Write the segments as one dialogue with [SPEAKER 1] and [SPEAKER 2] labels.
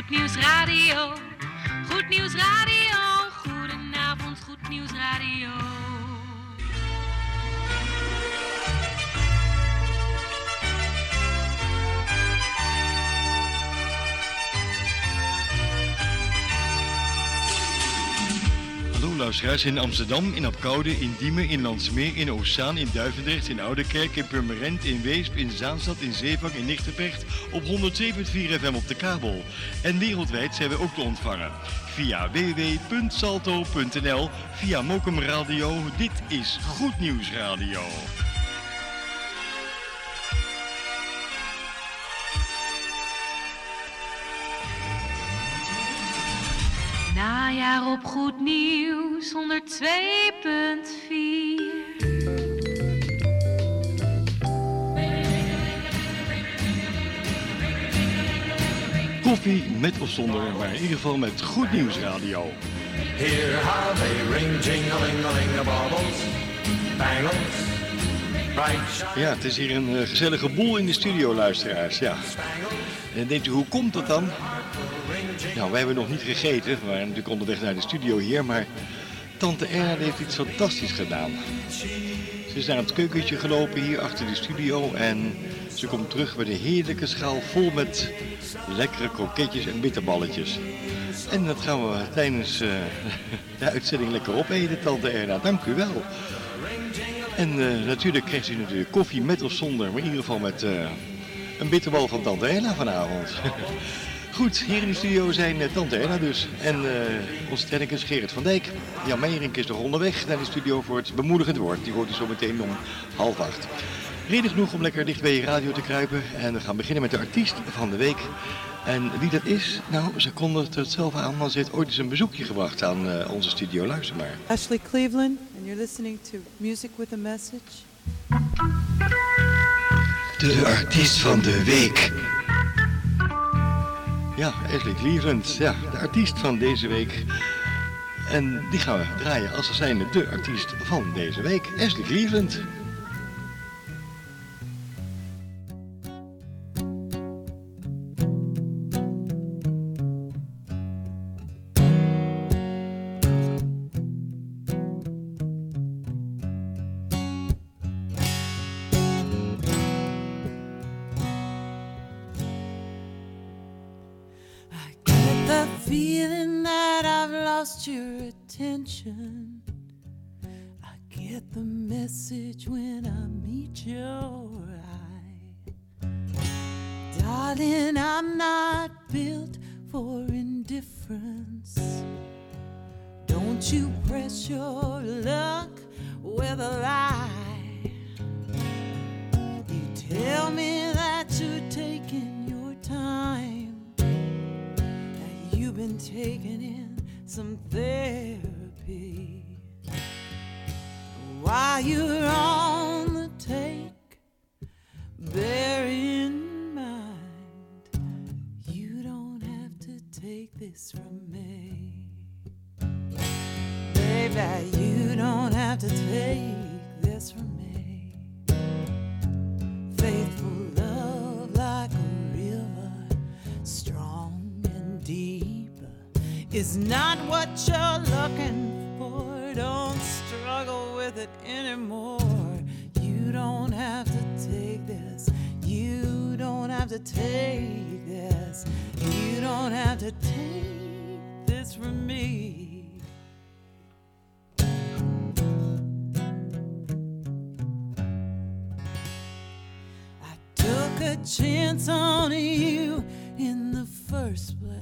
[SPEAKER 1] Goed Nieuws Radio. Goed Nieuws Radio. Goedenavond, Goed Nieuws Radio.
[SPEAKER 2] Hallo luisteraars in Amsterdam, in Apkoude, in Diemen, in Landsmeer, in Oostzaan, in Duivendrecht, in Oudekerk, in Purmerend, in Weesp, in Zaanstad, in Zeevang, in Nigtevecht op 107.4 FM op de kabel. En wereldwijd zijn we ook te ontvangen via www.salto.nl, via Mokum Radio. Dit is Goed Nieuws Radio.
[SPEAKER 1] Najaar op Goed Nieuws 102.4.
[SPEAKER 2] Koffie met of zonder, maar in ieder geval met Goed Nieuws Radio.
[SPEAKER 3] Hear how they ring, jing-a-ling-a-ling-a-bobbles, bangles, bright shine.
[SPEAKER 2] Ja, het is hier een gezellige boel in de studio, luisteraars. Ja. En denkt u, hoe komt dat dan? Nou, wij hebben nog niet gegeten. We waren natuurlijk onderweg naar de studio hier, maar tante Erna heeft iets fantastisch gedaan. Ze is naar het keukentje gelopen hier achter de studio en ze komt terug met een heerlijke schaal vol met lekkere kroketjes en bitterballetjes. En dat gaan we tijdens de uitzending lekker opeten, tante Erna. Dank u wel. En natuurlijk krijgt u natuurlijk koffie met of zonder, maar in ieder geval met een bitterbal van tante Erna vanavond. Goed, hier in de studio zijn tante Erna dus en onze technicus Gerrit van Dijk. Jan Meijerink is nog onderweg naar de studio voor het bemoedigend woord. Die hoort u zo meteen om 7:30. Reden genoeg om lekker dicht bij je radio te kruipen. En we gaan beginnen met de artiest van de week. En wie dat is? Nou, ze kondigde het zelf aan, want ze heeft ooit eens een bezoekje gebracht aan onze studio. Luister maar.
[SPEAKER 4] Ashley Cleveland, and you're listening to Music with a Message.
[SPEAKER 2] De artiest van de week. Ja, Ashley Cleveland, ja, de artiest van deze week. En die gaan we draaien als zijnde de artiest van deze week, Ashley Cleveland.
[SPEAKER 4] Your attention, I get the message when I meet your eye. Darling, I'm not built for indifference. Don't you press your luck with a lie. You tell me that you're taking your time, that you've been taking in some therapy. While you're on the take, bear in mind, you don't have to take this from me. Baby, you don't have to take this from me. Faithful love like a river, strong and deep, is not what you're looking for. Don't struggle with it anymore. You don't have to take this. You don't have to take this. You don't have to take this from me. I took a chance on you in the first place.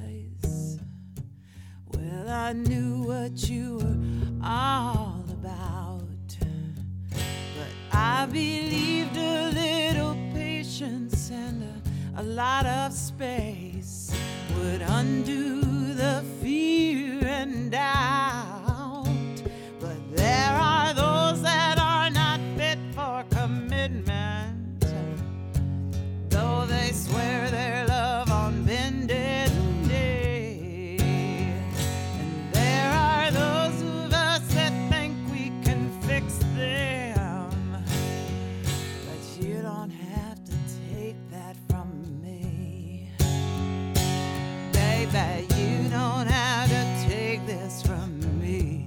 [SPEAKER 4] Well, I knew what you were all about, but I believed a little patience and a lot of space would undo the fear and doubt. But there are those that are not fit for commitment, though they swear their love on bended knee. And there are those of us that think we can fix them, but you don't have to take that from me. Baby, that you don't have to take this from me.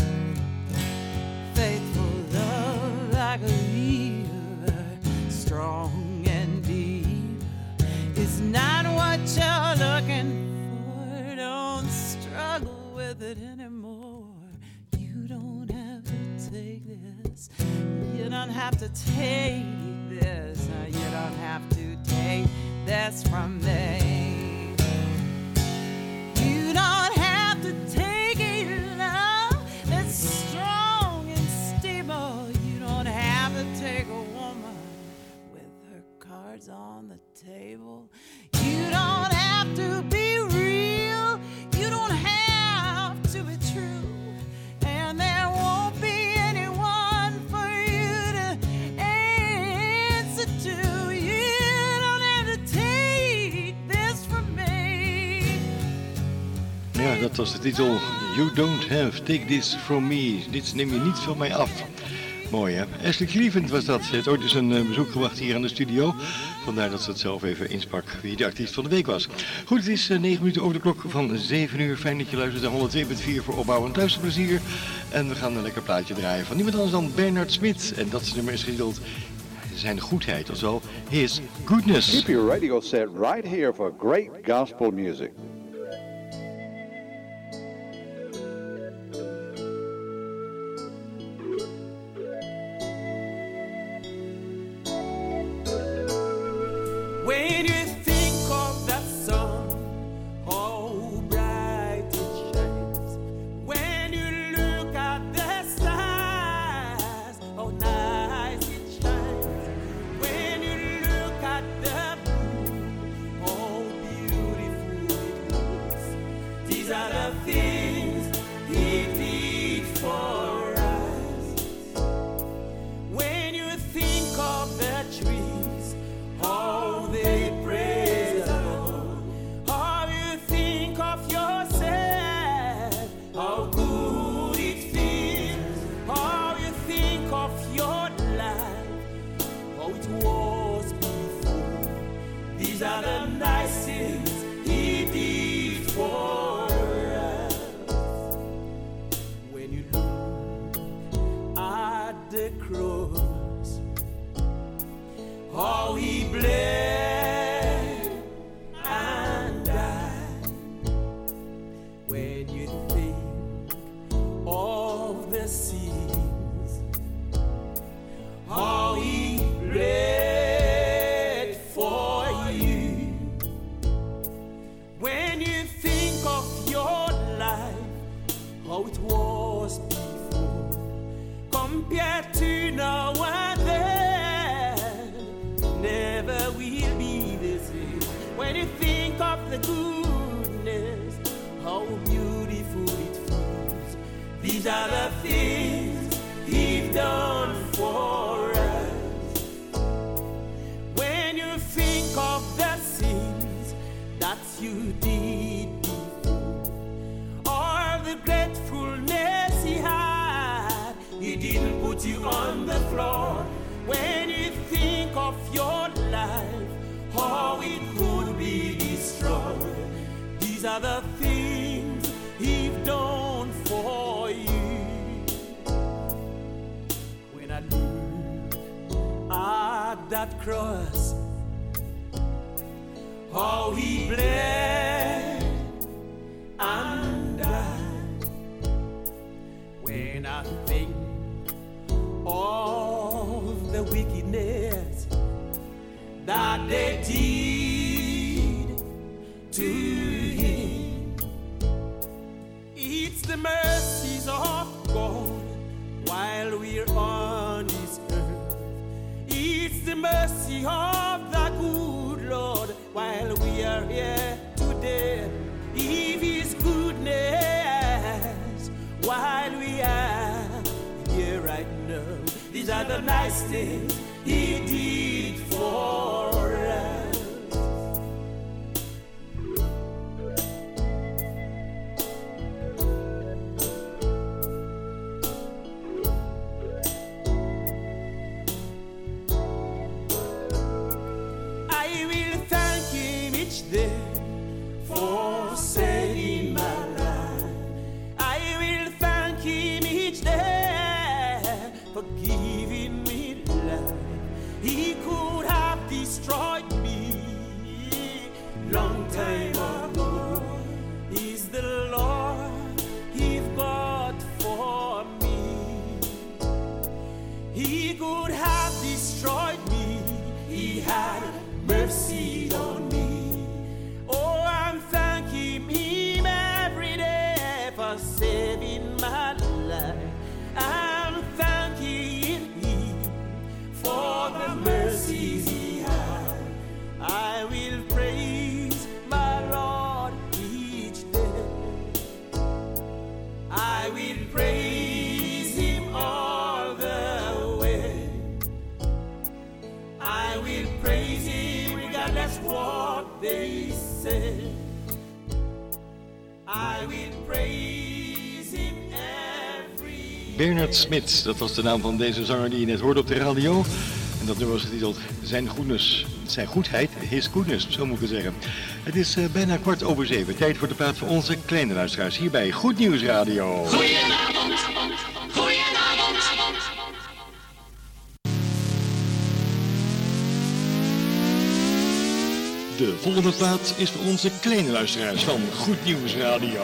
[SPEAKER 4] Faithful love like a river, strong and deep, is not what you're looking for. Don't struggle with it anymore. You don't have to take this. You don't have to take this. You don't have to take this from me. You don't have to take a love that's strong and stable. You don't have to take a woman with her cards on the table. You don't have to be real. You don't have to be true. And there won't be anyone for you to answer to. You don't have to take this from me.
[SPEAKER 2] Ja, dat was de titel. You don't have, take this from me. Dit neem je niet van mij af. Mooi hè? Ashley Cleveland was dat. Ze heeft ooit eens een bezoek gebracht hier aan de studio. Vandaar dat ze het zelf even insprak wie de artiest van de week was. Goed, het is 9 minuten over de klok van 7 uur. Fijn dat je luistert naar 102.4 voor opbouwend luisterplezier. En we gaan een lekker plaatje draaien van niemand anders dan Bernard Smit. En dat nummer is getiteld zijn goedheid, ofwel His Goodness.
[SPEAKER 5] Keep your radio set right here for great gospel music.
[SPEAKER 4] When you think of that sun, how bright it shines. When you look at the stars, how nice it shines. When you look at the moon, how beautiful it looks. These are the things He did for us. When you think of the trees, how they praise the Lord. How you think of yourself, how good it feels. How you think of your life, how it was before. These are the nice things He did for us. When you look at the cross, how He bled and died. When you think of the sins, how He bled for you. When you think of your life, how it was before, compared to now and then, never will be the same. When you think of the goodness, how beautiful it feels. These are the things He's done for us. When you think of the sins that you did before, or the gratefulness He had, He didn't put you on the floor. When you think of your life, how it could be destroyed. These are the things He's done for you. When I look at that cross, how He bled and died. When I think of the wickedness that they did to Him, it's the mercies of God while we're on this earth. It's the mercy of the good Lord while we are here today. If His goodness while we are here right now. These are the nice things He did for us. I will thank Him each day for
[SPEAKER 6] He could have destroyed me long time ago. He's the Lord, He's God for me. He could have destroyed me. He had mercy on me. Oh, I'm thanking Him every day for saving my life. I'm thanking Him for the mercies He had. I will praise my Lord each day. I will praise Him all the way. I will praise Him regardless what they say. I will praise Him every day.
[SPEAKER 2] Bernard Smit, dat was de naam van deze zanger die je net hoorde op de radio. En dat nummer was getiteld Zijn Goedheid, His Goodness, zo moet ik het zeggen. Het is bijna 7:15. Tijd voor de plaat voor onze kleine luisteraars hier bij Goed Nieuws Radio.
[SPEAKER 1] Goedenavond, goedenavond.
[SPEAKER 2] De volgende plaat is voor onze kleine luisteraars van Goed Nieuws Radio.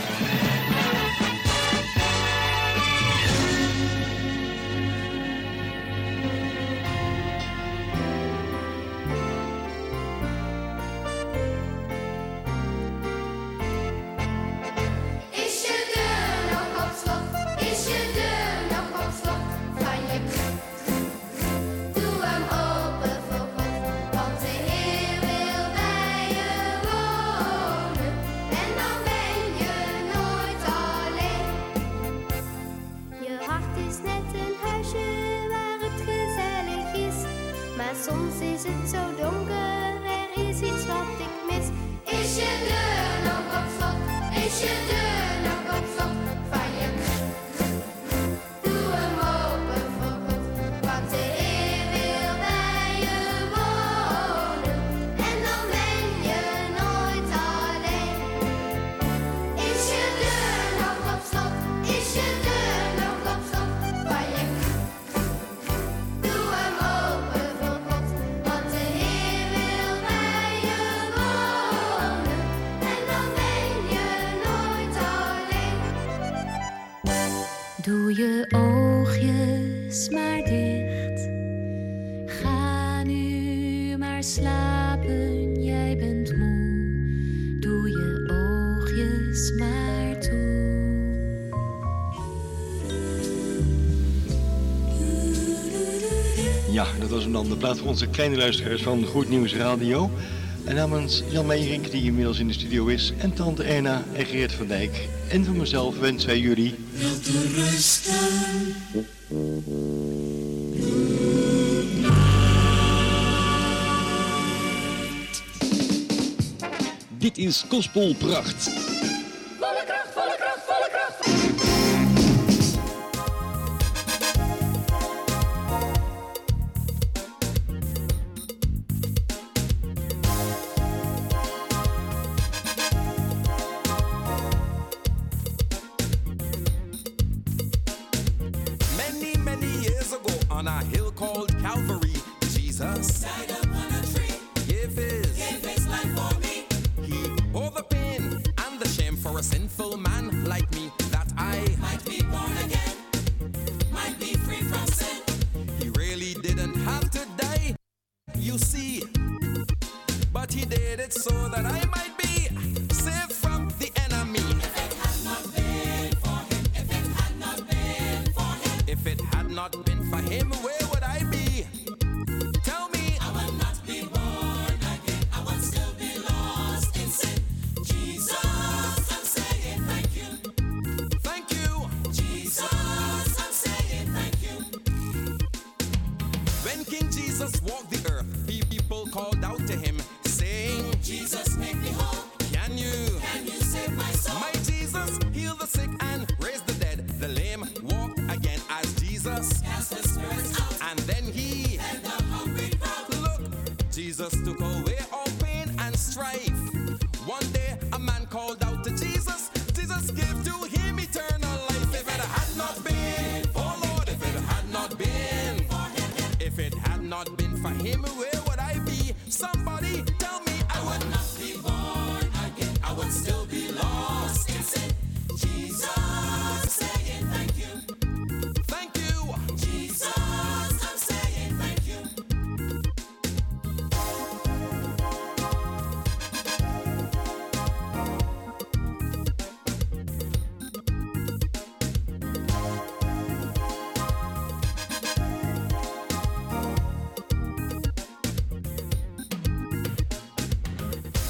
[SPEAKER 7] Is je deur nog op slot? Is je deur nog op slot? Van je doe hem open voor God, want de Heer wil bij je wonen. En dan ben je nooit alleen. Je hart is net een huisje waar het gezellig is, maar soms is het zo donker, er is iets wat ik mis. Is je deur nog op slot? Is je deur nog op slot? Van je doe hem open voor God, want de Heer wil bij je wonen. En dan ben je nooit alleen. Is je deur nog op slot? Is je deur nog op slot? Van je doe hem open voor God, want de Heer wil bij je wonen. En dan ben je nooit alleen.
[SPEAKER 1] Doe je oogjes maar dicht. Ga nu maar slapen, jij bent moe. Doe je oogjes maar toe.
[SPEAKER 2] Ja, dat was hem dan, de plaat voor onze kleine luisteraars van Goed Nieuws Radio. En namens Jan Meijering, die inmiddels in de studio is, en tante Erna en Geert van Dijk. En van mezelf wensen wij jullie Dit is Gospelpracht.
[SPEAKER 7] Volle kracht, volle kracht, volle kracht.
[SPEAKER 6] Many, many years ago on a hill called Calvary, Jesus died upon a tree, gave his life for me. He bore the pain and the shame for a sinful man like me, that I might be born again, might be free from sin. He really didn't have to die, you see, but he did it so that I might be saved from the enemy. If it had not been for him, if it had not been for him, if it had not been for him, where would I be? Tell me. I would not be born again, I would still be lost in sin. Jesus, I'm saying thank you. Thank you. Jesus, I'm saying thank you. When King Jesus walked the earth, people called out to him, saying, Jesus, make me whole.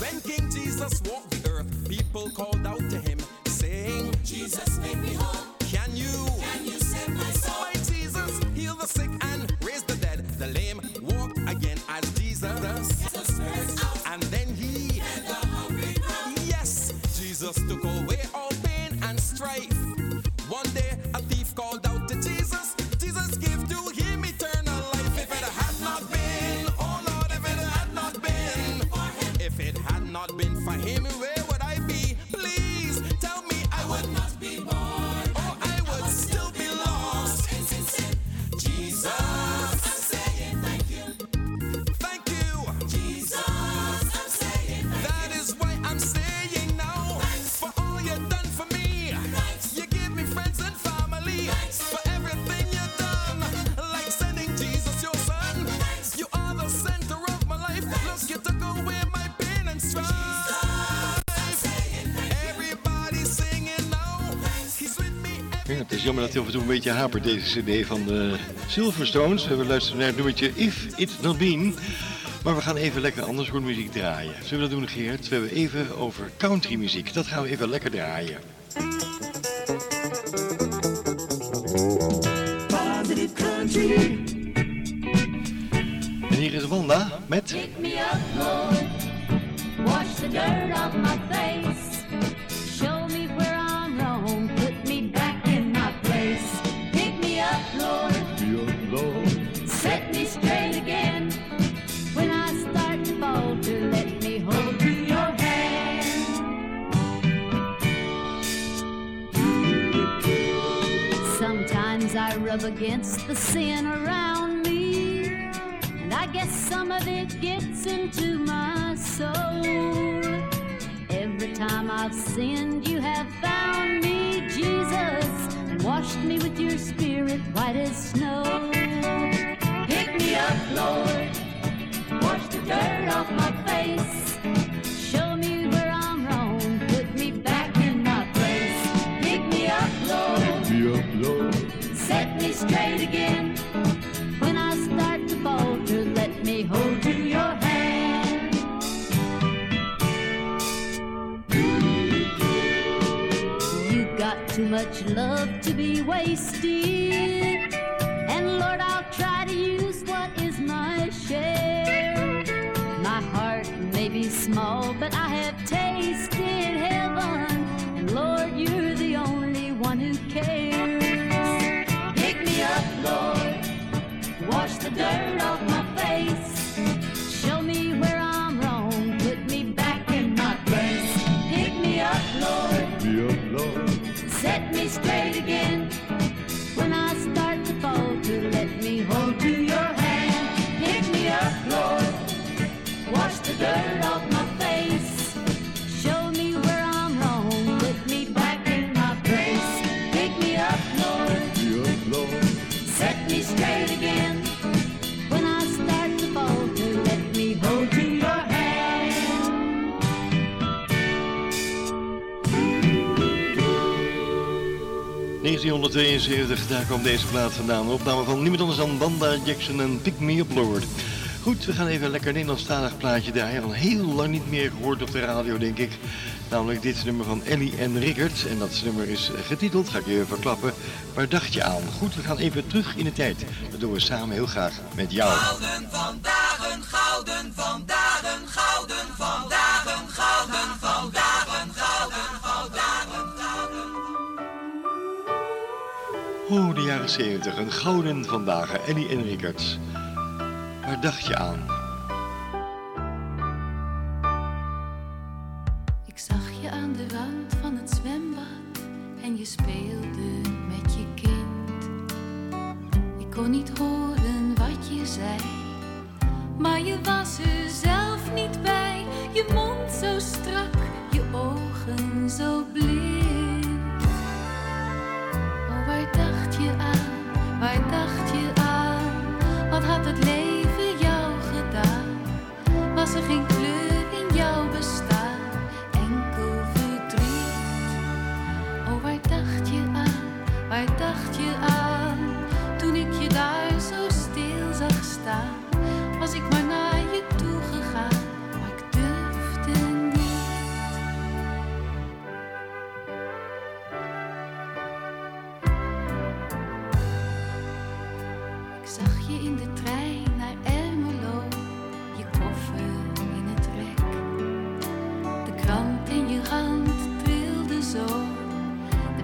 [SPEAKER 6] When King Jesus walked the earth, people called out to him, saying, Jesus, make me whole. Can you save my soul? My Jesus, heal the sick and raise the dead. The lame walk again as Jesus. And then he fed the hungry crowd. Yes, Jesus took away all pain and strife. One day a thief called out to Jesus. Jesus gave to him eternal life. If it had not been, oh Lord, if it had not been for him, if it had not been for him, where would I be? Please tell me I would not be born, or I would still be lost in sin. Jesus, I'm saying thank you. Thank you. Jesus, I'm saying thank you. That is why I'm saying now, thanks for all you've done for me. Thanks. You give me friends and family. Thanks for everything you've done, like sending Jesus your son. Thanks. You are the center of my life. Thanks. Look, you took away my pain and strife. Everybody singing now. He's with me.
[SPEAKER 2] Ja, het is jammer dat hij af en toe een beetje hapert, deze cd van de Silverstones. We hebben luisterd naar het nummertje If It's Not Been. Maar we gaan even lekker anders soort muziek draaien. Zullen we dat doen, Geert? We hebben even over countrymuziek. Dat gaan we even lekker draaien.
[SPEAKER 8] Positive country.
[SPEAKER 2] En hier is Wanda met...
[SPEAKER 8] Pick me up, Lord. Wash the dirt off my face. Show me where I'm wrong. Put me back in my place. Pick me up, Lord. Set me straight again. When I start to falter, let me hold to your hand. Sometimes I rub against the sin around me, and I guess some of it gets into my soul. Every time I've sinned, you have found me, Jesus, and washed me with your spirit white as snow. Pick me up, Lord. Wash the dirt off my face. Show me where I'm wrong. Put me back in my place. Pick me up, Lord. Set me straight again. When I start to falter, let me hold to your hand. You got too much love to be wasted, and Lord, I'll try to use what is my share. My heart may be small, but I have tasted heaven, and Lord, you're the only one who cares. Pick me up, Lord. Wash the dirt off my face. Show me where I'm wrong. Put me back in my place. Pick me up, Lord. Set me straight again. When I start to falter, let me hold to your hand. Pick me up, Lord. Wash the dirt off my face. Show me where I'm wrong. Put me back in my place. Pick me up, Lord. Set me straight again. When I start to falter, let me hold to your hand.
[SPEAKER 2] 1972, daar kwam deze plaat vandaan. Een opname van niemand anders dan Wanda Jackson en Pick Me Up Lord. Goed, we gaan even een lekker Nederlandstalig plaatje draaien. Al heel lang niet meer gehoord op de radio, denk ik. Namelijk dit nummer van Ellie en Rickert. En dat nummer is getiteld, ga ik je even verklappen, Waar dacht je aan? Goed, we gaan even terug in de tijd. Dat doen we samen heel graag met jou.
[SPEAKER 9] Gouden vandaag, gouden vandaag, gouden vandaag, gouden vandaag, gouden vandaag.
[SPEAKER 2] Oh, de jaren 70, een gouden vandaag. Ellie en Rickert. Waar dacht je aan?
[SPEAKER 10] Ik zag je aan de rand van het zwembad en je speelde met je kind. Ik kon niet horen wat je zei, maar je was er zelf niet bij. Je mond zo strak, je ogen zo blind. Oh, waar dacht je aan, waar dacht je aan? Wat had het leven jou gedaan? Was er geen kleur in jouw bestaan? Enkel verdriet. Oh, waar dacht je aan? Waar dacht je aan? Toen ik je daar zo stil zag staan, was ik maar naar je toe gegaan, maar ik durfde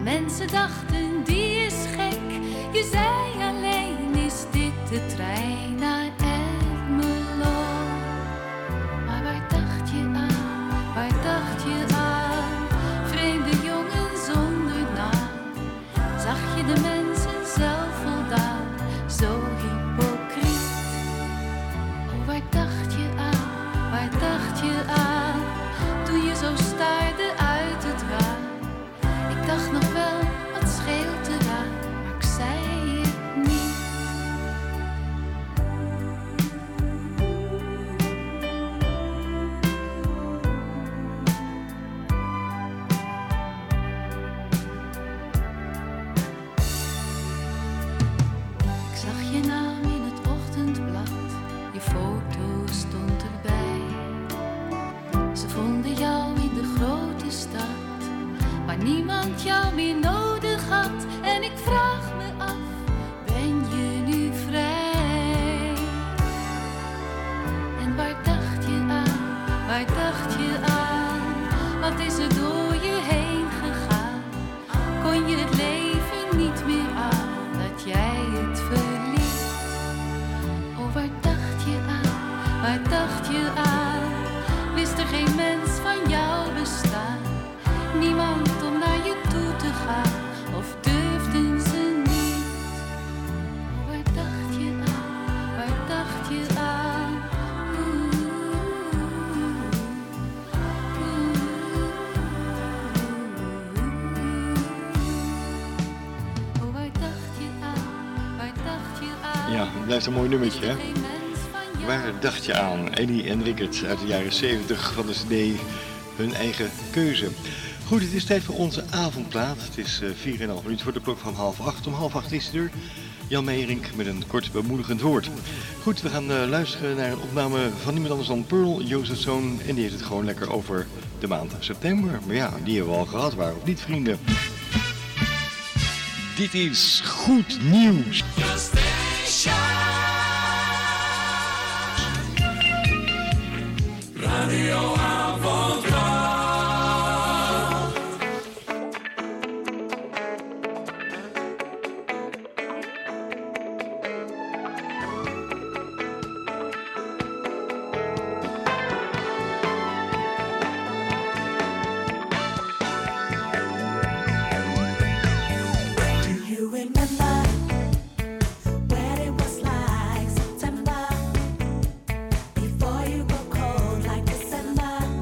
[SPEAKER 10] Mensen dachten, die is gek. Je zei alleen, is dit de trein naar Ermelo? Maar waar dacht je aan, waar dacht je aan? Vreemde jongen zonder naam. Zag je de mensen zelf voldaan, zo hypocriet? Oh, waar dacht je aan, waar dacht je aan? Toen je zo staarde uit het raam. Ik dacht nog wel, wat scheelt eraan, maar ik zei het niet. Ik zag je naam in het ochtendblad, je foto stond erbij. Ze vonden jou in de grote stad, waar niemand jou meer nodig had. En ik vraag me af, ben je nu vrij? En waar dacht je aan, waar dacht je aan? Wat is er door je heen gegaan? Kon je het leven niet meer aan, dat jij het verliet? Oh, waar dacht je aan, waar dacht je aan? Wist er geen mens van jouw bestaan? Niemand om naar je toe te gaan, of durfden ze niet? Oh, waar dacht je aan, waar dacht je aan? Oh, waar dacht je aan, waar dacht je aan?
[SPEAKER 2] Ja, het blijft een mooi nummertje, hè? Waar dacht je aan? Eddie en Rickert uit de jaren 70 van de CD Hun Eigen Keuze. Goed, het is tijd voor onze avondplaat. Het is 4,5 minuut voor de klok van 7:30. Om 7:30 is de deur. Jan Meijerink met een kort bemoedigend woord. Goed, we gaan luisteren naar een opname van niemand anders dan Pearl Josephson. En die heeft het gewoon lekker over de maand september. Maar ja, die hebben we al gehad, waar of niet, vrienden? Dit is goed nieuws.
[SPEAKER 3] Radio Avondklok.
[SPEAKER 11] Do you remember what it was like September? Before you go cold like December.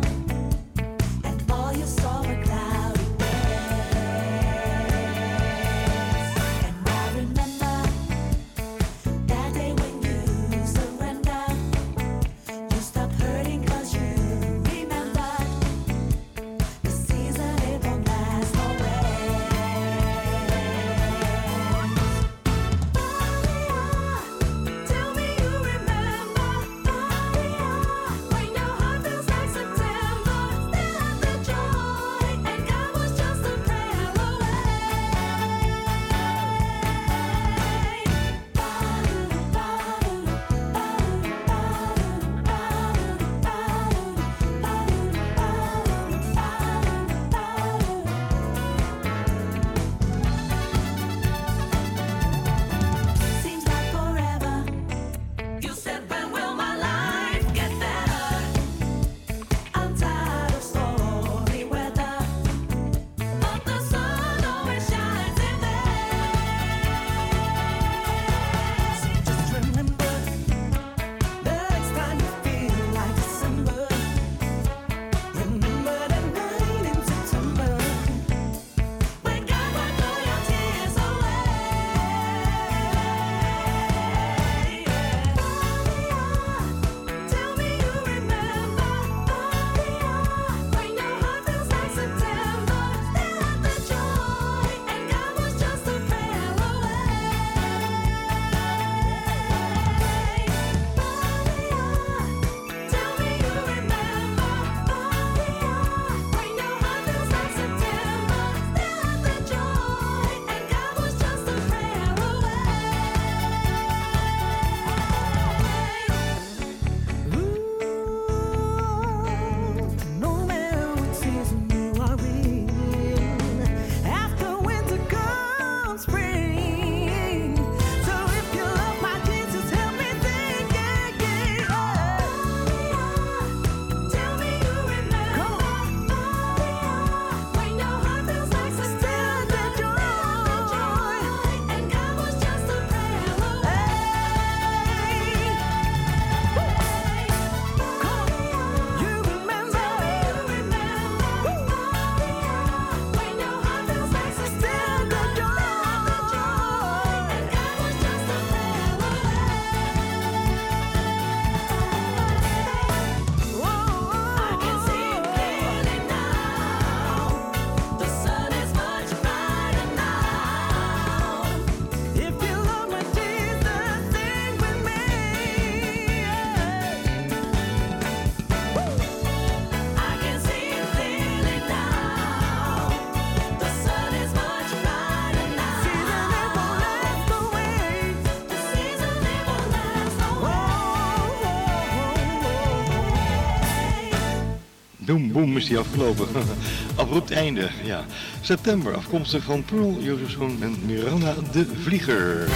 [SPEAKER 2] Boom, boom is die afgelopen. Abrupt einde, ja. September, afkomstig van Pearl Josephson en Miranda de Vlieger.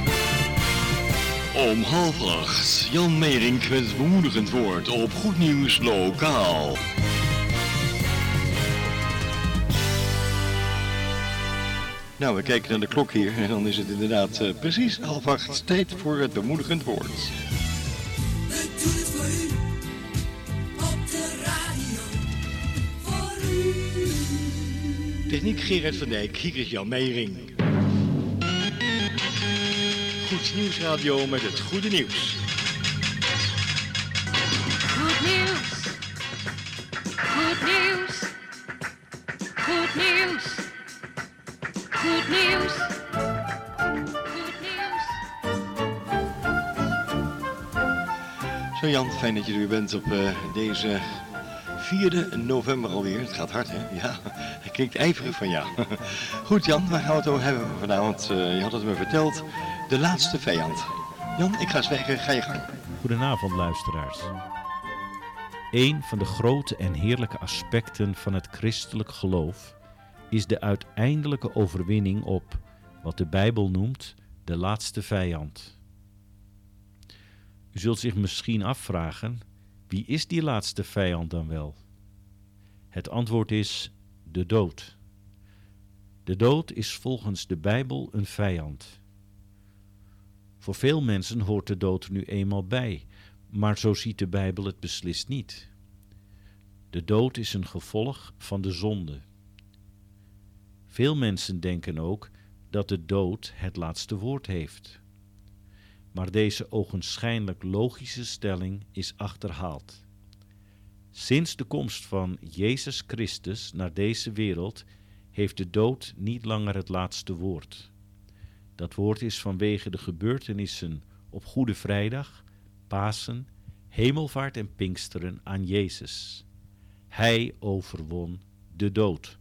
[SPEAKER 2] Om 7:30, Jan Meerink met het bemoedigend woord op Goed Nieuws Lokaal. Nou, we kijken naar de klok hier en dan is het inderdaad precies 7:30 tijd voor het bemoedigend woord.
[SPEAKER 9] We doen het voor u, op de radio, voor u.
[SPEAKER 2] Techniek Gerard van Dijk, hier is Jan Meijering. Goed Nieuwsradio met het goede nieuws.
[SPEAKER 1] Goed nieuws. Goed nieuws. Goed nieuws. Goed nieuws. Goed nieuws.
[SPEAKER 2] Zo Jan, fijn dat je er weer bent op deze 4e november alweer. Het gaat hard, hè? Ja, hij klinkt ijverig van ja. Goed Jan, waar gaan we het over hebben vanavond? Je had het me verteld, de laatste vijand. Jan, ik ga zwijgen, ga je gang.
[SPEAKER 12] Goedenavond luisteraars. Een van de grote en heerlijke aspecten van het christelijk geloof is de uiteindelijke overwinning op wat de Bijbel noemt de laatste vijand. U zult zich misschien afvragen, wie is die laatste vijand dan wel? Het antwoord is de dood. De dood is volgens de Bijbel een vijand. Voor veel mensen hoort de dood er nu eenmaal bij, maar zo ziet de Bijbel het beslist niet. De dood is een gevolg van de zonde. Veel mensen denken ook dat de dood het laatste woord heeft. Maar deze ogenschijnlijk logische stelling is achterhaald. Sinds de komst van Jezus Christus naar deze wereld heeft de dood niet langer het laatste woord. Dat woord is vanwege de gebeurtenissen op Goede Vrijdag, Pasen, Hemelvaart en Pinksteren aan Jezus. Hij overwon de dood.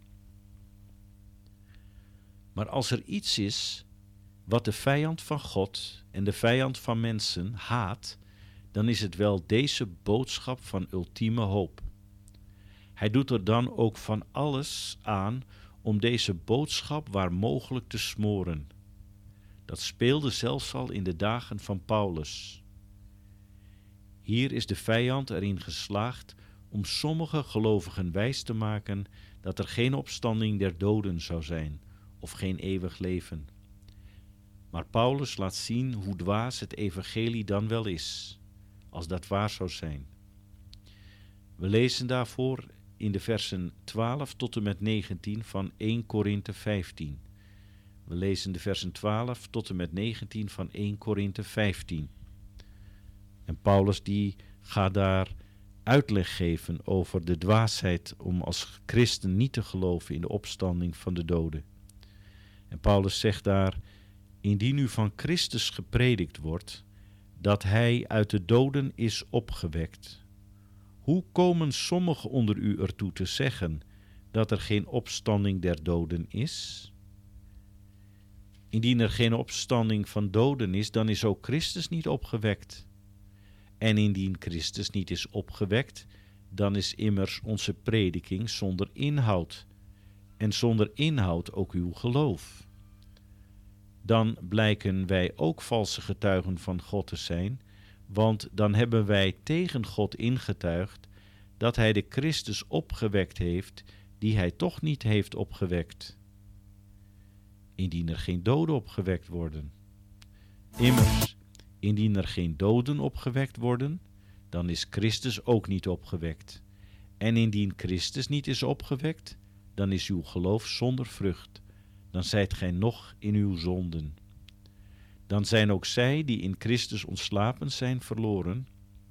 [SPEAKER 12] Maar als er iets is wat de vijand van God en de vijand van mensen haat, dan is het wel deze boodschap van ultieme hoop. Hij doet er dan ook van alles aan om deze boodschap waar mogelijk te smoren. Dat speelde zelfs al in de dagen van Paulus. Hier is de vijand erin geslaagd om sommige gelovigen wijs te maken dat er geen opstanding der doden zou zijn of geen eeuwig leven. Maar Paulus laat zien hoe dwaas het evangelie dan wel is, als dat waar zou zijn. We lezen daarvoor in de versen 12 tot en met 19 van 1 Korinthe 15. We lezen de versen 12 tot en met 19 van 1 Korinthe 15. En Paulus die gaat daar uitleg geven over de dwaasheid om als christen niet te geloven in de opstanding van de doden. En Paulus zegt daar: indien u van Christus gepredikt wordt, dat hij uit de doden is opgewekt. Hoe komen sommigen onder u ertoe te zeggen dat er geen opstanding der doden is? Indien er geen opstanding van doden is, dan is ook Christus niet opgewekt. En indien Christus niet is opgewekt, dan is immers onze prediking zonder inhoud, en zonder inhoud ook uw geloof. Dan blijken wij ook valse getuigen van God te zijn, want dan hebben wij tegen God ingetuigd dat hij de Christus opgewekt heeft, die hij toch niet heeft opgewekt. Indien er geen doden opgewekt worden. Immers, indien er geen doden opgewekt worden, dan is Christus ook niet opgewekt. En indien Christus niet is opgewekt, dan is uw geloof zonder vrucht. Dan zijt gij nog in uw zonden. Dan zijn ook zij die in Christus ontslapen zijn verloren.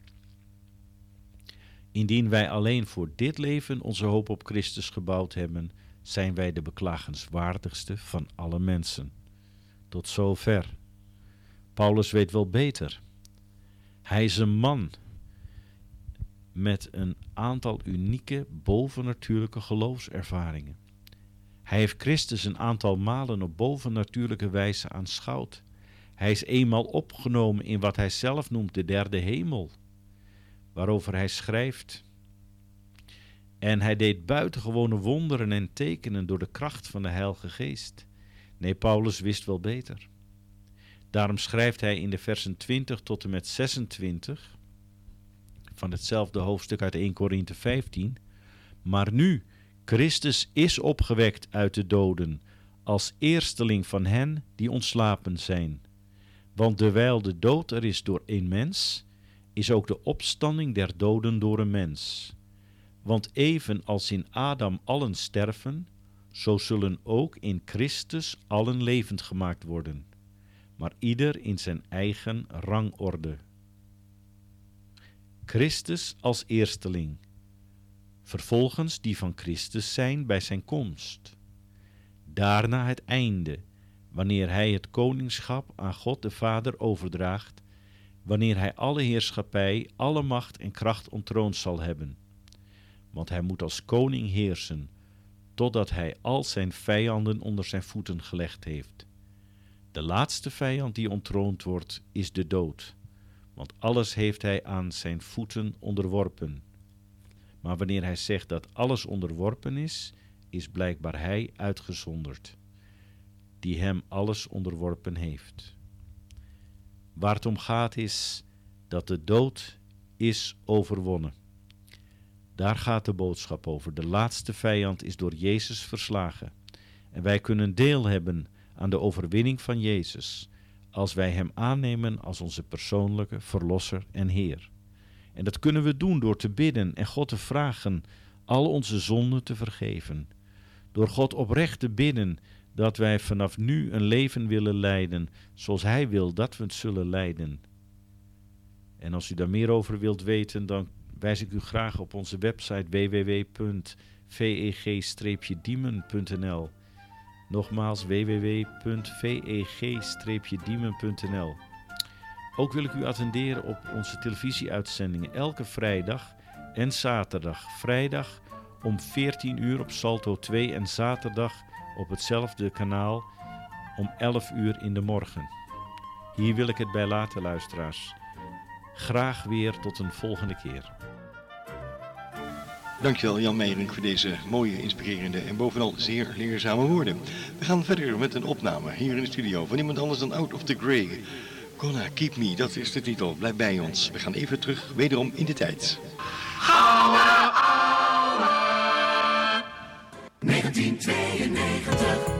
[SPEAKER 12] Indien wij alleen voor dit leven onze hoop op Christus gebouwd hebben, zijn wij de beklagenswaardigste van alle mensen. Tot zover. Paulus weet wel beter. Hij is een man met een aantal unieke bovennatuurlijke geloofservaringen. Hij heeft Christus een aantal malen op bovennatuurlijke wijze aanschouwd. Hij is eenmaal opgenomen in wat hij zelf noemt de derde hemel, waarover hij schrijft: En hij deed buitengewone wonderen en tekenen door de kracht van de Heilige Geest. Nee, Paulus wist wel beter. Daarom schrijft hij in de versen 20 tot en met 26 van hetzelfde hoofdstuk uit 1 Korinthe 15. Maar nu, Christus is opgewekt uit de doden, als eersteling van hen die ontslapen zijn. Want terwijl de dood er is door één mens, is ook de opstanding der doden door een mens. Want even als in Adam allen sterven, zo zullen ook in Christus allen levend gemaakt worden, maar ieder in zijn eigen rangorde. Christus als eersteling, vervolgens die van Christus zijn bij zijn komst. Daarna het einde, wanneer hij het koningschap aan God de Vader overdraagt, wanneer hij alle heerschappij, alle macht en kracht ontroond zal hebben. Want hij moet als koning heersen, totdat hij al zijn vijanden onder zijn voeten gelegd heeft. De laatste vijand die ontroond wordt, is de dood, want alles heeft hij aan zijn voeten onderworpen. Maar wanneer hij zegt dat alles onderworpen is blijkbaar hij uitgezonderd, die hem alles onderworpen heeft. Waar het om gaat is dat de dood is overwonnen. Daar gaat de boodschap over. De laatste vijand is door Jezus verslagen. En wij kunnen deel hebben aan de overwinning van Jezus, als wij hem aannemen als onze persoonlijke verlosser en Heer. En dat kunnen we doen door te bidden en God te vragen al onze zonden te vergeven. Door God oprecht te bidden dat wij vanaf nu een leven willen leiden zoals Hij wil dat we het zullen leiden. En als u daar meer over wilt weten, dan wijs ik u graag op onze website www.veg-diemen.nl. Nogmaals www.veg-diemen.nl. Ook wil ik u attenderen op onze televisieuitzendingen elke vrijdag en zaterdag. Vrijdag om 14 uur op Salto 2 en zaterdag op hetzelfde kanaal om 11 uur in de morgen. Hier wil ik het bij laten, luisteraars. Graag weer tot een volgende keer.
[SPEAKER 2] Dankjewel Jan Meijering voor deze mooie, inspirerende en bovenal zeer leerzame woorden. We gaan verder met een opname hier in de studio van niemand anders dan Out of the Grey. Gonna Keep Me, dat is de titel. Blijf bij ons. We gaan even terug, wederom in de tijd.
[SPEAKER 9] Gouden ouwe 1992.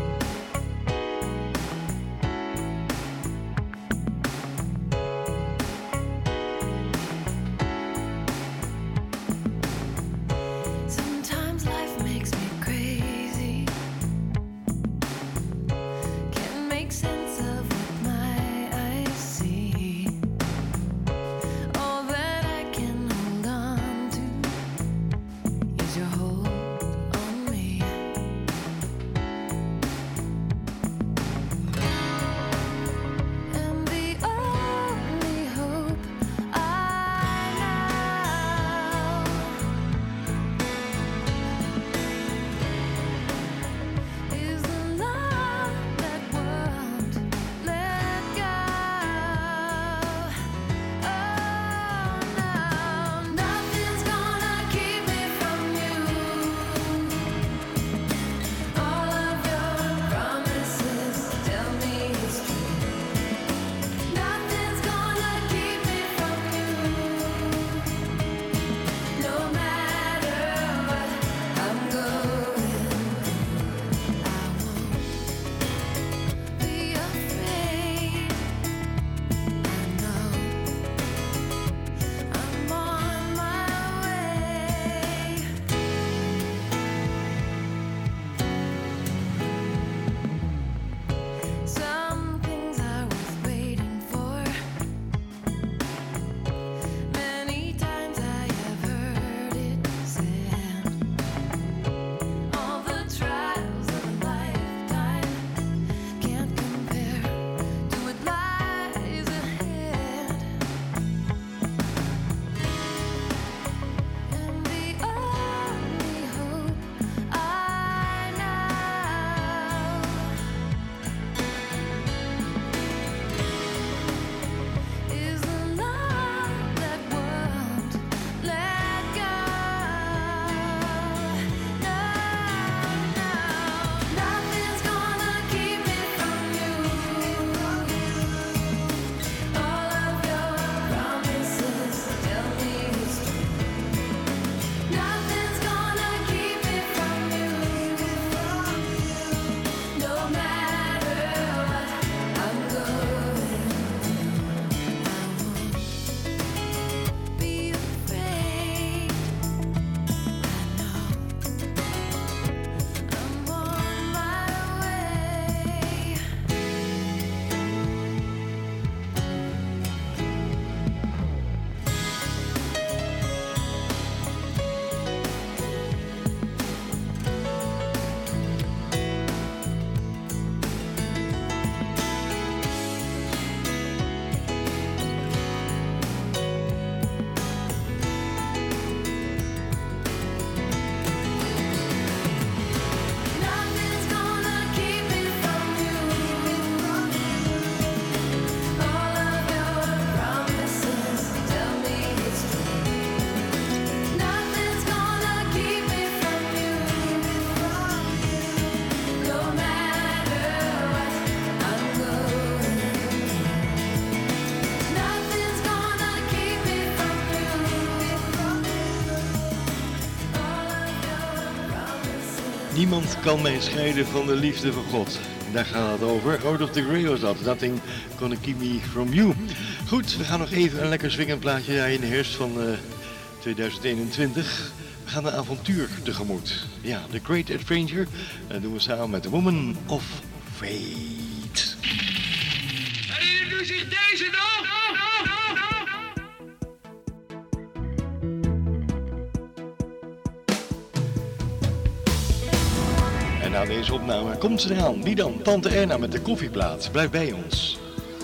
[SPEAKER 10] Sometimes life makes me crazy. Can't make sense of what my eyes see. All that I can hold on to is your hold on me.
[SPEAKER 2] Niemand kan mij scheiden van de liefde van God. Daar gaat het over. Out of the Grey was dat. Nothing gonna keep me from you. Goed, we gaan nog even een lekker swingend plaatje draaien in de herfst van 2021. We gaan een avontuur tegemoet. Ja, The Great Adventure. Dat doen we samen met The Woman of Fate.
[SPEAKER 9] Herinnert u zich deze nog?
[SPEAKER 2] En na deze opname komt ze eraan. Wie dan? Tante Erna met de koffieplaat. Blijf bij ons.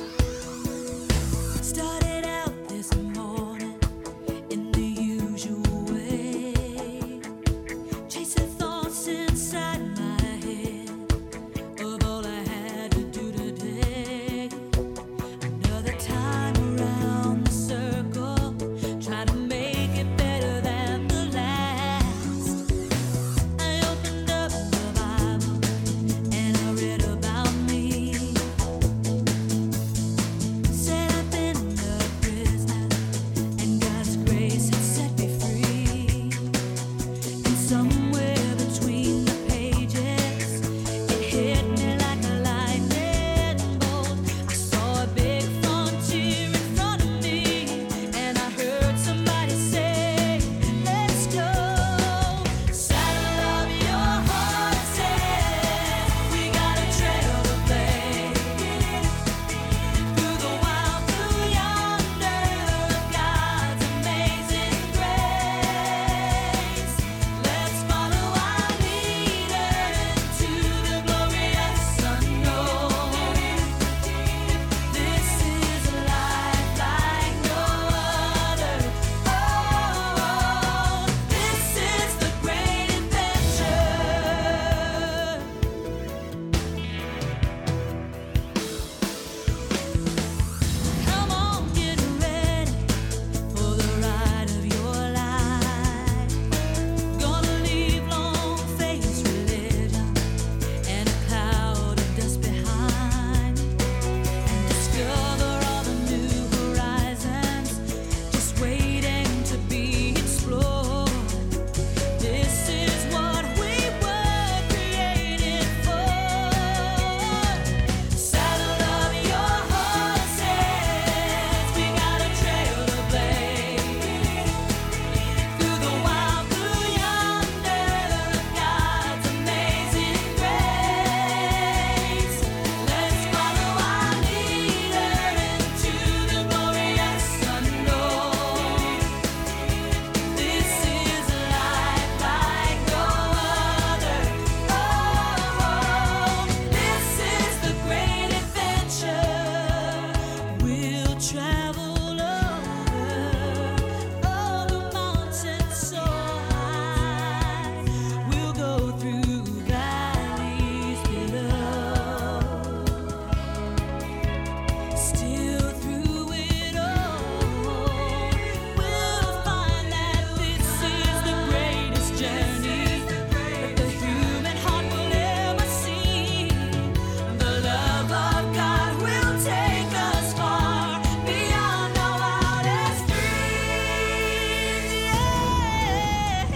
[SPEAKER 11] Started out this morning in the usual way, chasing thoughts inside my head of all I had to do today. Another time around the circle, trying to make it better than the last. I opened up the Bible and I read about me. Said I've been a prisoner and God's grace has set me free. And somewhere between the pages, it hit me like a lightning bolt. I saw a big frontier in front of me, and I heard somebody say, "Let's go." Saddle up your horses, we got a trail to blaze. Through the wild blue yonder of God's amazing grace. Let's follow our leader into the glorious unknown. This is a life like no other. Oh, this is the great adventure. Come on, get ready for the ride of your life. Gonna leave long-faced religion and a cloud of dust behind, and discover all the new horizons just waiting to be explored. This is what we were created for. Saddle up your horses, we got a trail to blaze. Through the wild blue yonder of God's amazing grace. Let's follow our leader into the glorious unknown. This is a life like no other. Oh, this is the great adventure. We'll travel over all the mountains so high. We'll go through valleys below. Still through it all, we'll find that this is the greatest journey that the human heart will ever see. The love of God will take us far beyond our wildest dreams. Yeah.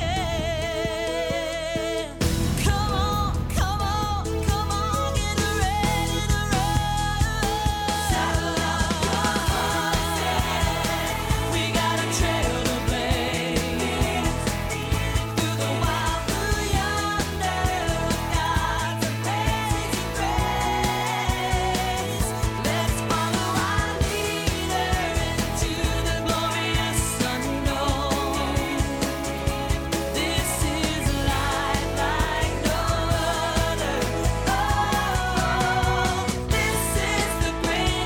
[SPEAKER 11] Come on, come on, come on, get ready to run. Saddle up your horses, we got a trail to blaze. Through the wild blue yonder of God's amazing grace. Let's follow our leader into the glorious unknown. This is a life like no other. Oh, this is the great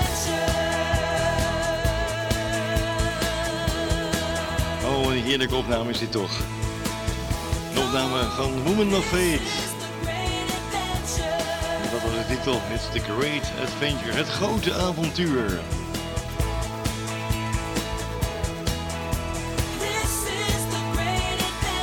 [SPEAKER 11] adventure.
[SPEAKER 2] Oh, een heerlijke opname is dit toch. Een opname van Woman of Fate. En dat was de titel. It's the Great Adventure. Het grote avontuur.
[SPEAKER 11] This is the great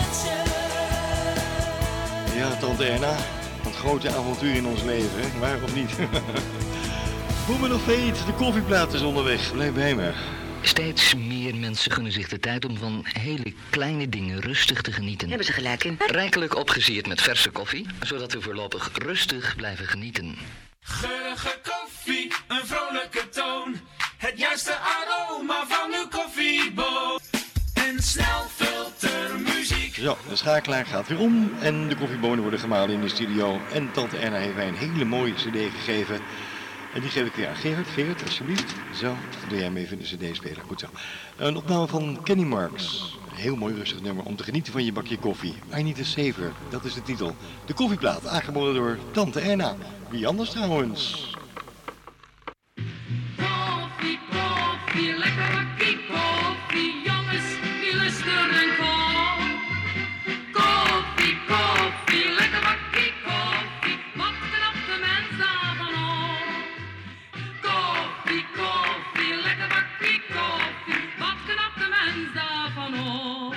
[SPEAKER 11] adventure.
[SPEAKER 2] Ja, tante Erna. Het grote avontuur in ons leven, hè? Waar of niet? Woman of Fate, de koffieplaat is onderweg. Blijf bij me.
[SPEAKER 13] Steeds meer mensen gunnen zich de tijd om van hele kleine dingen rustig te genieten.
[SPEAKER 14] Hebben ze gelijk in.
[SPEAKER 13] Rijkelijk opgesierd met verse koffie, zodat we voorlopig rustig blijven genieten.
[SPEAKER 3] Geurige koffie, een vrolijke toon. Het juiste aroma van uw koffieboon. En snelfiltermuziek.
[SPEAKER 2] Zo, de schakelaar gaat weer om en de koffiebonen worden gemalen in de studio. En tante Erna heeft mij een hele mooie cd gegeven. En die geef ik weer aan Gerard. Gerard, alsjeblieft. Zo, doe jij hem even in de cd-speler. Goed zo. Een opname van Kenny Marks. Een heel mooi rustig nummer om te genieten van je bakje koffie. I Need a Savior, dat is de titel. De koffieplaat, aangeboden door tante Erna. Wie anders trouwens?
[SPEAKER 1] Koffie, koffie, lekker bakkie koffie, jongens, wie lust er een kop? Koffie, koffie, lekker bakkie koffie, wat knapt de mens daarvan op? Koffie, koffie, lekker bakkie koffie, wat knapt de mens daarvan op?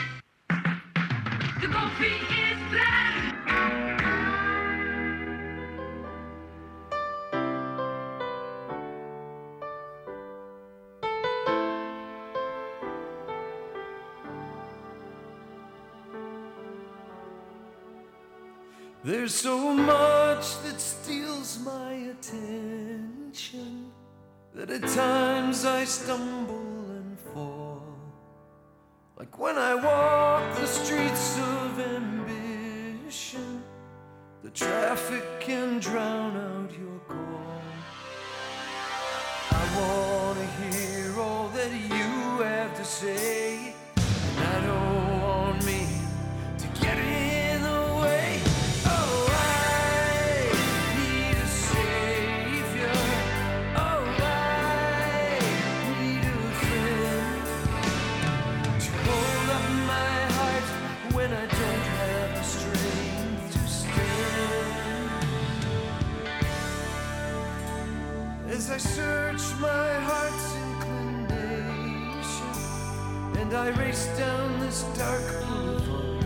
[SPEAKER 1] De koffie is vrij.
[SPEAKER 15] There's so much that steals my attention that at times I stumble and fall. Like when I walk the streets of ambition, the traffic can drown out your call. I wanna hear all that you have to say, and I don't want me to get in the way. Oh, I need a savior. Oh, I need a friend to hold up my heart when I don't have the strength to stand. As I search my heart's inclination and I race down this dark boulevard,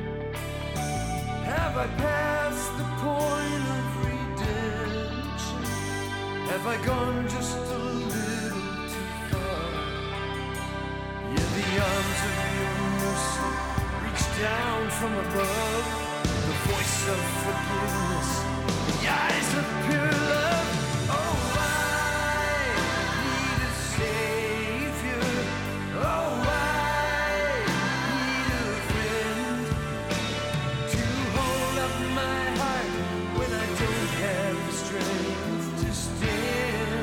[SPEAKER 15] have I passed the point of redemption? Have I gone just a little too far? Yeah, the arms of your mercy reach down from above, the voice of forgiveness, the eyes of pure love. Oh, I need a savior. Oh, I need a friend to hold up my heart when I don't have the strength to stand.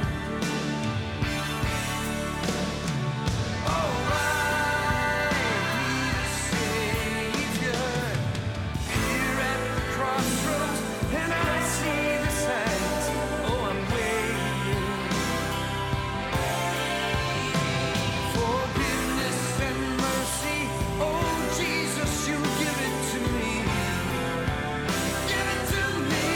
[SPEAKER 15] Oh, I need a savior here at the crossroads, and I see the signs. Oh, I'm waiting. Forgiveness and mercy. Oh, Jesus, you give it to me. Give it to me.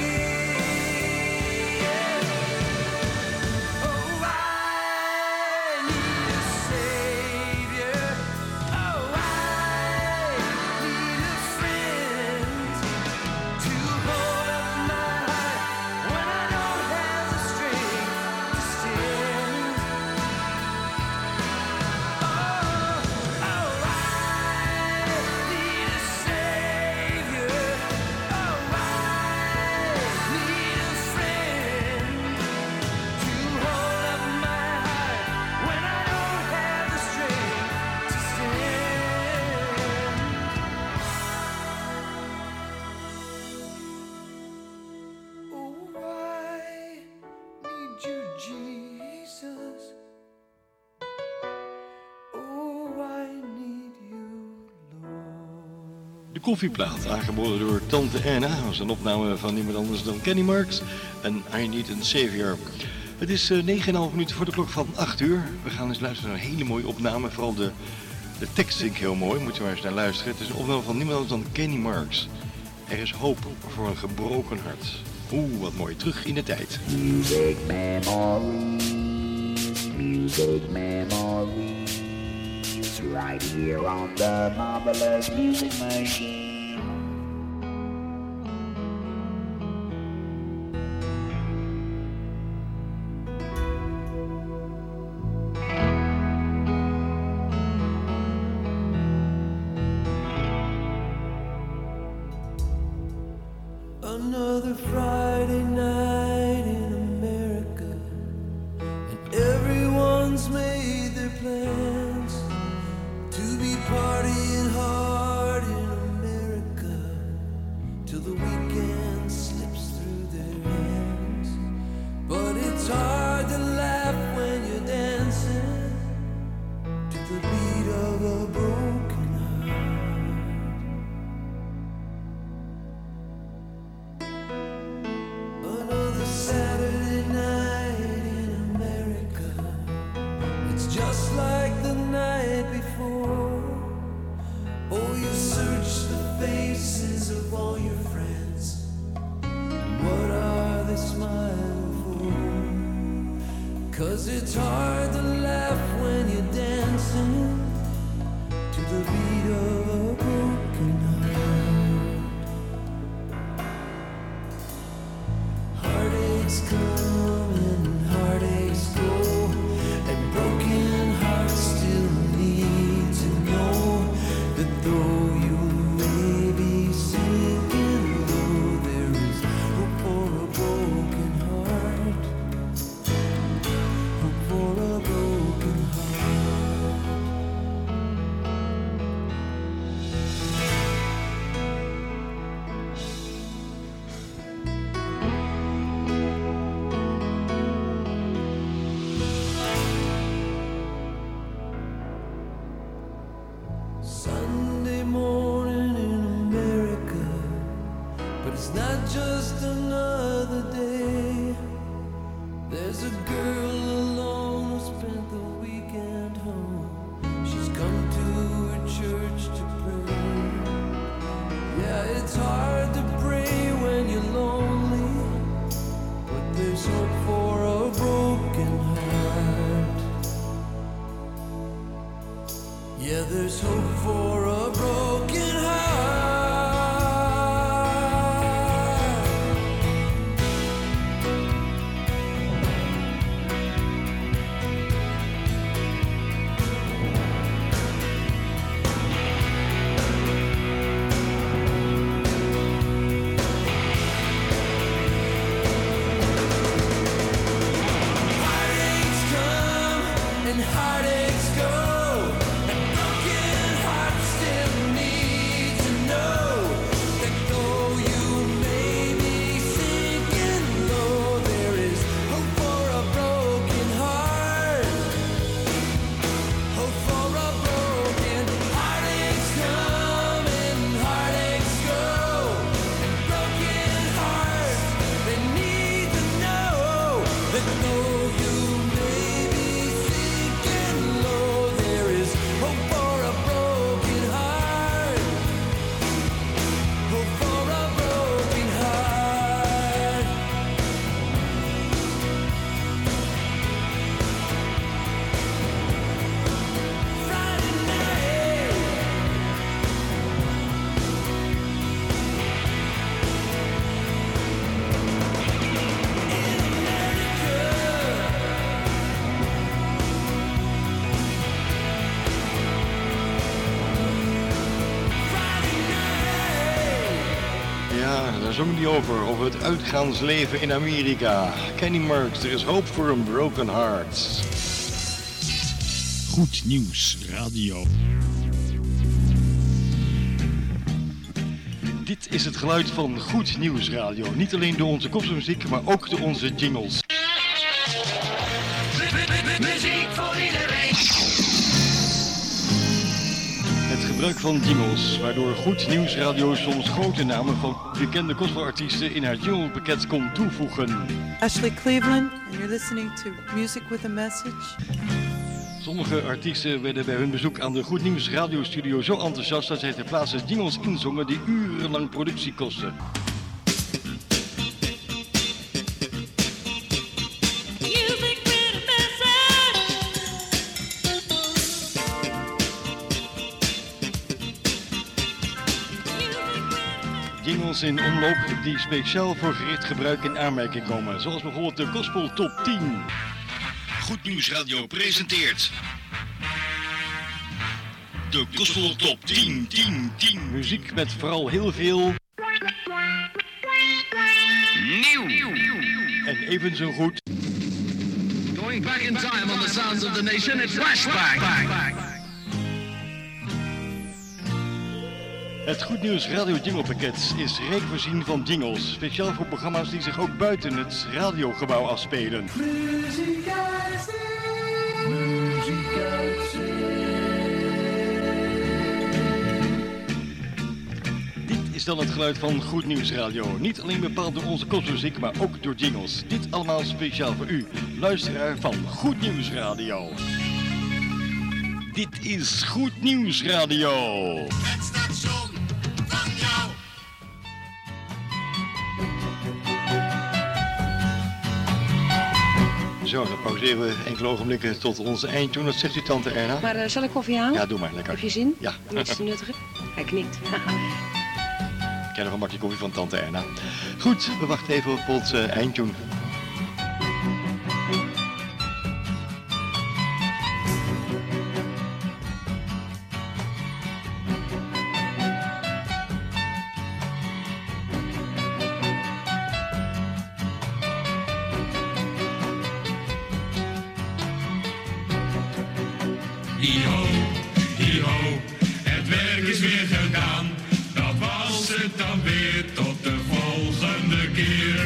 [SPEAKER 15] Yeah. Oh, I need a savior. Oh, I need a friend to hold up my heart when I don't have the strength to stand. Oh, I need a savior. Oh, I need a friend to hold up my heart when I don't have the strength to stand. Oh, I need you, Jesus. Oh, I need you,
[SPEAKER 2] De koffieplaat, aangeboden door tante Erna. Dat was een opname van niemand anders dan Kenny Marks. En I Need a Savior. Het is 9,5 minuten voor de klok van 8 uur. We gaan eens luisteren naar een hele mooie opname. Vooral de tekst vind ik heel mooi. Moet je maar eens naar luisteren. Het is een opname van niemand anders dan Kenny Marks. Er is hoop voor een gebroken hart. Oeh, wat mooi. Terug in de tijd.
[SPEAKER 16] Music memories, right here on the marvelous music machine.
[SPEAKER 15] Another Friday night in America, and everyone's made their plans to be partying hard in America till the weekend slips through their hands. But it's hard to laugh when you're dancing to the beat of a broken heart. Another Saturday night in America, it's just like the night before. Oh, you search the faces of all your friends. What are they smiling for? 'Cause it's hard to laugh when you're dancing to the beat of a broken heart. Heartaches come and heartaches go, and broken hearts still need to know that though you may be sinking low, there is hope for a broken heart. Hope for a broken heart. Sunday morning in America, but it's not just another day. There's a girl alone who spent the weekend home. She's come to her church to pray. Yeah, it's hard to pray when you're lonely, but there's hope for a broken heart. Yeah, there's hope for a broken heart. Heartaches come and heartaches go, and broken hearts still need to know that though you may be sinking low, there is hope for a broken heart. Hope for a broken. Heartaches come and heartaches go, and broken hearts, they need to know that though you may be sinking low, there is hope for a broken heart. Hope for a broken heart. Friday night.
[SPEAKER 2] Ja, daar zong hij over het uitgaansleven in Amerika. Kenny Marks, er is hoop voor een broken heart.
[SPEAKER 14] Goed Nieuws Radio.
[SPEAKER 2] Dit is het geluid van Goed Nieuws Radio. Niet alleen door onze gospelmuziek, maar ook door onze jingles.
[SPEAKER 1] Muziek voor iedereen.
[SPEAKER 2] Het gebruik van jingles, waardoor Goed Nieuws Radio soms grote namen van bekende gospelartiesten in haar jinglepakket kon toevoegen.
[SPEAKER 4] Ashley Cleveland, and you're listening to Music with a Message.
[SPEAKER 2] Sommige artiesten werden bij hun bezoek aan de Goed Nieuws radiostudio zo enthousiast dat zij ter plaatse jingles inzongen die urenlang productie kosten. Jingles in omloop die speciaal voor gericht gebruik in aanmerking komen, zoals bijvoorbeeld de Gospel Top 10.
[SPEAKER 14] Goed Nieuws Radio presenteert de Gospel Top 10.
[SPEAKER 2] Muziek met vooral heel veel
[SPEAKER 14] Nieuw.
[SPEAKER 2] En even zo goed.
[SPEAKER 14] Going back in time on the sounds of the nation, it's Flashback.
[SPEAKER 2] Het Goed Nieuws Radio Jinglepakket is rijk voorzien van jingles, speciaal voor programma's die zich ook buiten het radiogebouw afspelen.
[SPEAKER 15] Muziek uit zee, muziek uit
[SPEAKER 2] Dit is dan het geluid van Goed Nieuws Radio. Niet alleen bepaald door onze kostmuziek, maar ook door jingles. Dit allemaal speciaal voor u, luisteraar van Goed Nieuws Radio. Dit is Goed Nieuws Radio.
[SPEAKER 14] Het station van jou.
[SPEAKER 2] Zo, dan pauzeren we enkele ogenblikken tot onze eindtune. Wat zegt u, tante Erna?
[SPEAKER 17] Maar zal ik koffie halen?
[SPEAKER 2] Ja, doe maar, lekker.
[SPEAKER 17] Heb je zin?
[SPEAKER 2] Ja.
[SPEAKER 17] Om iets te nuttigen? Hij knikt.
[SPEAKER 2] Ik krijg nog een bakje koffie van tante Erna. Goed, we wachten even op onze eindtune.
[SPEAKER 3] Hi-ho, hi-ho, het werk is weer gedaan. Dat was het dan weer, tot de volgende keer.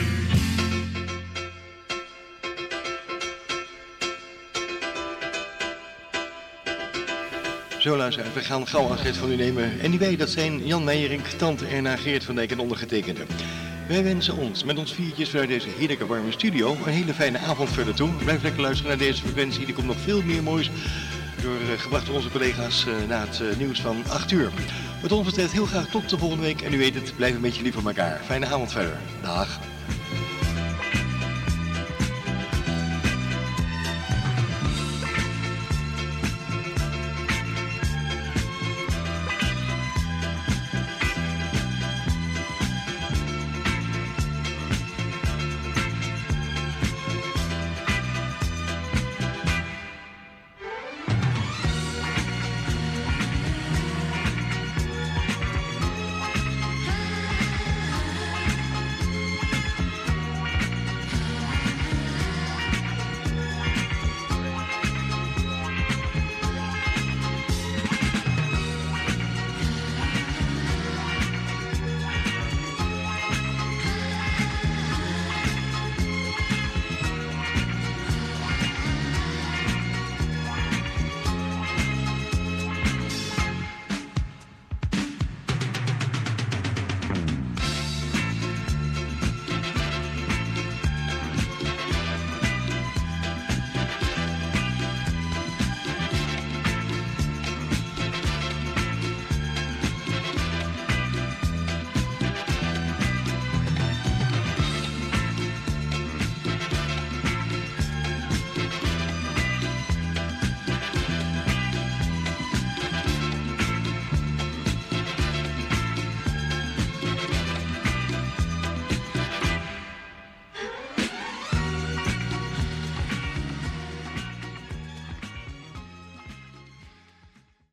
[SPEAKER 2] Zo luisteraars, we gaan gauw afscheid van u nemen. En die wij, dat zijn Jan Meijerink, tante Erna, Geert van Dijk en ondergetekende. Wij wensen ons met ons viertjes vanuit deze heerlijke warme studio een hele fijne avond verder toe. Blijf lekker luisteren naar deze frequentie, er komt nog veel meer moois gebracht door onze collega's na het nieuws van 8 uur. Wat ons betreft heel graag tot de volgende week en u weet het, blijf een beetje lief voor elkaar. Fijne avond verder. Dag.